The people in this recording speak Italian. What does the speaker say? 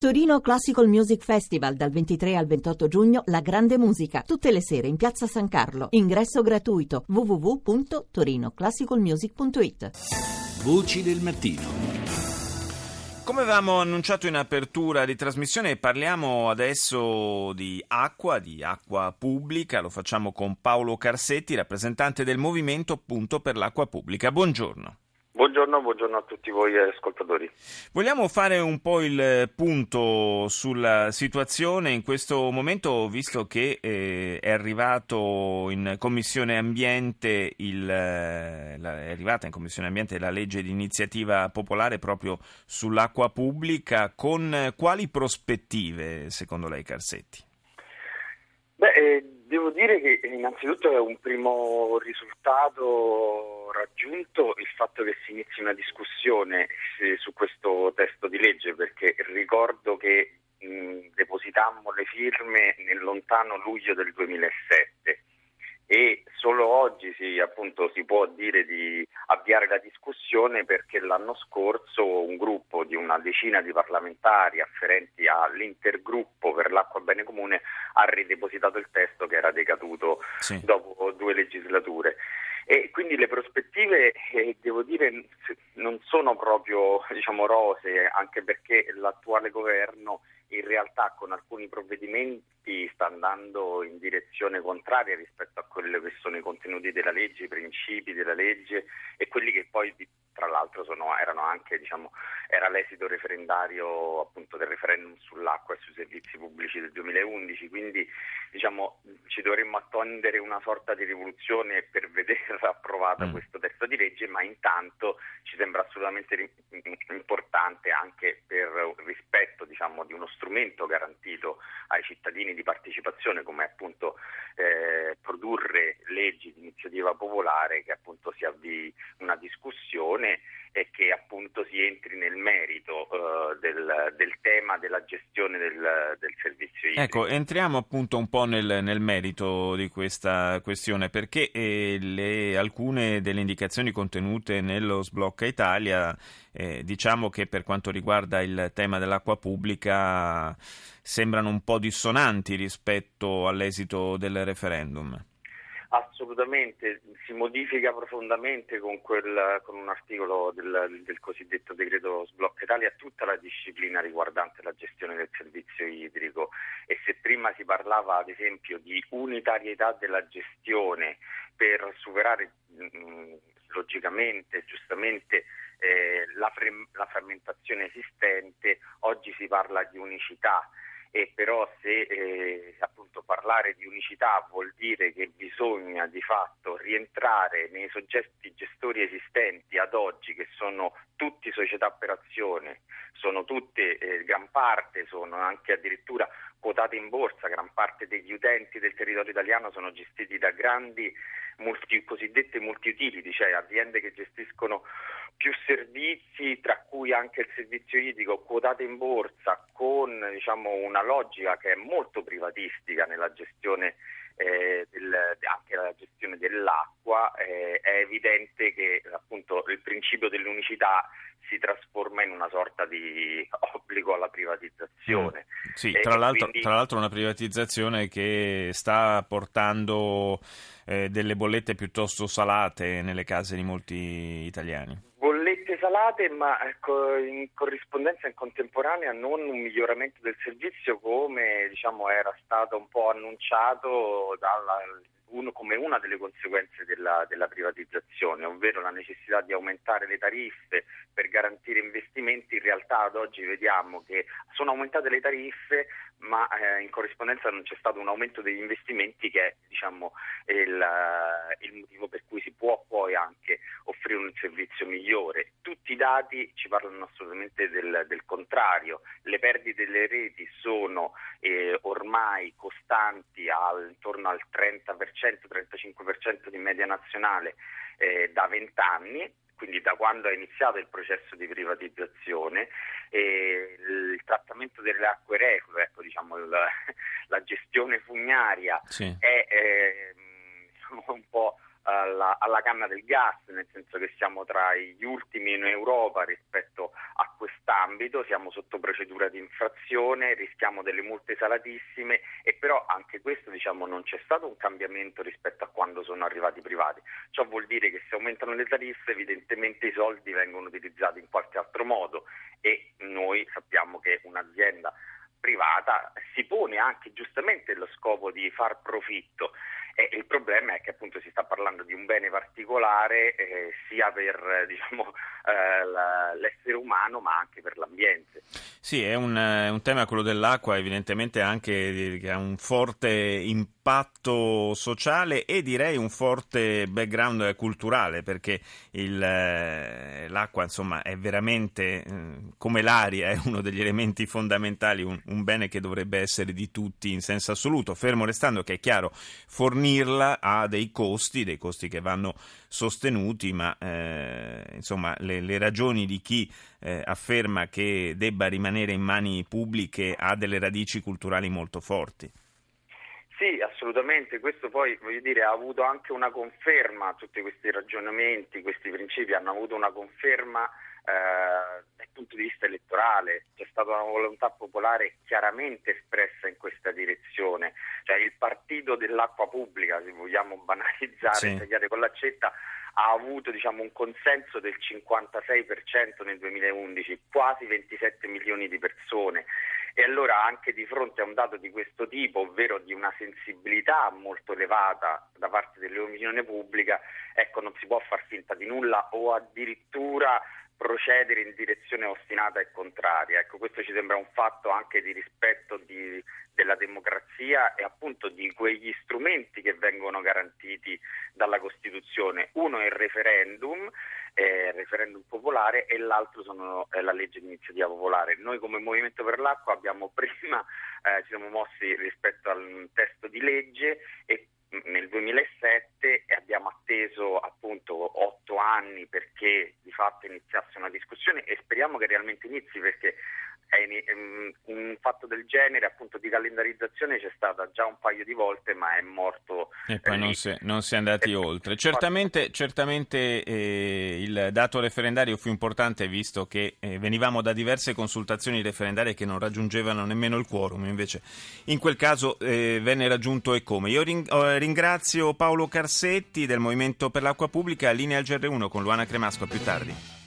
Torino Classical Music Festival dal 23 al 28 giugno, la grande musica, tutte le sere in Piazza San Carlo. Ingresso gratuito. www.torinoclassicalmusic.it. Voci del mattino. Come avevamo annunciato in apertura di trasmissione, parliamo adesso di acqua pubblica. Lo facciamo con Paolo Carsetti, rappresentante del Movimento appunto per l'acqua pubblica. Buongiorno. Buongiorno a tutti voi ascoltatori. Vogliamo fare un po' il punto sulla situazione in questo momento, visto che è arrivato in Commissione Ambiente è arrivata in Commissione Ambiente la legge di iniziativa popolare proprio sull'acqua pubblica. Con quali prospettive, secondo lei, Carsetti? Devo dire che innanzitutto è un primo risultato raggiunto il fatto che si inizi una discussione su questo testo di legge, perché ricordo che depositammo le firme nel lontano luglio del 2007 e solo oggi si può dire di avviare la discussione, perché l'anno scorso un gruppo di una decina di parlamentari afferenti all'intergruppo per l'acqua bene comune ha ridepositato il testo che era decaduto dopo 2 legislature. E quindi le prospettive, devo dire, non sono proprio rose, anche perché l'attuale governo in realtà con alcuni provvedimenti sta andando in direzione contraria rispetto a quelli che sono i contenuti della legge, i principi della legge e quelli che poi tra l'altro erano anche era l'esito referendario appunto del referendum sull'acqua e sui servizi pubblici del 2011, quindi ci dovremmo attendere una sorta di rivoluzione per vedere approvata questo testo di legge, ma intanto ci sembra assolutamente importante, anche per rispetto di uno strumento garantito ai cittadini di partecipazione come appunto produrre leggi di iniziativa popolare, che appunto si avvii una discussione e che appunto si entri nel merito del tema della gestione del servizio idrico. Ecco, entriamo appunto un po' nel merito di questa questione, perché alcune delle indicazioni contenute nello Sblocca Italia, diciamo che per quanto riguarda il tema dell'acqua pubblica sembrano un po' dissonanti rispetto all'esito del referendum. Assolutamente, si modifica profondamente con un articolo del cosiddetto decreto Sblocca Italia tutta la disciplina riguardante la gestione del servizio idrico, e se prima si parlava ad esempio di unitarietà della gestione per superare logicamente, giustamente la frammentazione esistente, oggi si parla di unicità. E però se appunto parlare di unicità vuol dire che bisogna di fatto rientrare nei soggetti gestori esistenti ad oggi, che sono tutti società per azione, sono tutte, gran parte sono anche addirittura quotate in borsa, gran parte degli utenti del territorio italiano sono gestiti da grandi cosiddette multi-utility, cioè aziende che gestiscono più servizi, tra cui anche il servizio idrico, quotate in borsa, con una logica che è molto privatistica nella gestione anche la gestione dell'acqua. È evidente che appunto il principio dell'unicità si trasforma in una sorta di obbligo alla privatizzazione. Sì, tra l'altro una privatizzazione che sta portando delle bollette piuttosto salate nelle case di molti italiani. Bollette salate, ma in corrispondenza in contemporanea non un miglioramento del servizio come era stato un po' annunciato come una delle conseguenze della privatizzazione, ovvero la necessità di aumentare le tariffe per garantire investimenti. In realtà ad oggi vediamo che sono aumentate le tariffe, ma in corrispondenza non c'è stato un aumento degli investimenti, che è il motivo per cui si può poi anche offrire un servizio migliore. Tutti i dati ci parlano assolutamente del contrario. Le perdite delle reti sono ormai costanti intorno al 30%-35% di media nazionale da 20 anni, quindi da quando è iniziato il processo di privatizzazione. Il trattamento delle acque reflue, la gestione fognaria è un po' alla canna del gas, nel senso che siamo tra gli ultimi in Europa rispetto a questa quest'ambito, siamo sotto procedura di infrazione, rischiamo delle multe salatissime e però anche questo non c'è stato un cambiamento rispetto a quando sono arrivati i privati. Ciò vuol dire che se aumentano le tariffe evidentemente i soldi vengono utilizzati in qualche altro modo e noi sappiamo che un'azienda privata si pone anche giustamente lo scopo di far profitto. E il problema è che appunto si sta parlando di un bene particolare sia per l'essere umano ma anche per l'ambiente. Sì, è un tema, quello dell'acqua, evidentemente anche che ha un forte impatto sociale e direi un forte background culturale, perché l'acqua insomma è veramente come l'aria, è uno degli elementi fondamentali, un bene che dovrebbe essere di tutti in senso assoluto, fermo restando che è chiaro fornirla ha dei costi che vanno sostenuti, ma insomma le ragioni di chi afferma che debba rimanere in mani pubbliche ha delle radici culturali molto forti. Sì, assolutamente, questo poi ha avuto anche una conferma, tutti questi ragionamenti, questi principi hanno avuto una conferma dal punto di vista elettorale. C'è stata una volontà popolare chiaramente espressa in questa direzione, cioè il partito dell'acqua pubblica, se vogliamo banalizzare, tagliare con l'accetta, ha avuto un consenso del 56% nel 2011, quasi 27 milioni di persone. E allora anche di fronte a un dato di questo tipo, ovvero di una sensibilità molto elevata da parte dell'opinione pubblica, non si può far finta di nulla o addirittura procedere in direzione ostinata e contraria. Questo ci sembra un fatto anche di rispetto della democrazia e appunto di quegli strumenti che vengono garantiti dalla Costituzione. Uno è il referendum popolare e l'altro è la legge di iniziativa popolare. Noi come Movimento per l'Acqua abbiamo prima ci siamo mossi rispetto al testo di legge e nel 2007 abbiamo atteso appunto 8 anni perché di fatto iniziasse una discussione e speriamo che realmente inizi, perché un fatto del genere appunto di calendarizzazione c'è stata già un paio di volte ma è morto e poi non si è andati oltre. Certamente il dato referendario fu importante, visto che venivamo da diverse consultazioni referendarie che non raggiungevano nemmeno il quorum, invece in quel caso venne raggiunto e come. Io ringrazio Paolo Carsetti del Movimento per l'Acqua Pubblica. Linea al GR1 con Luana Cremasco, a più tardi.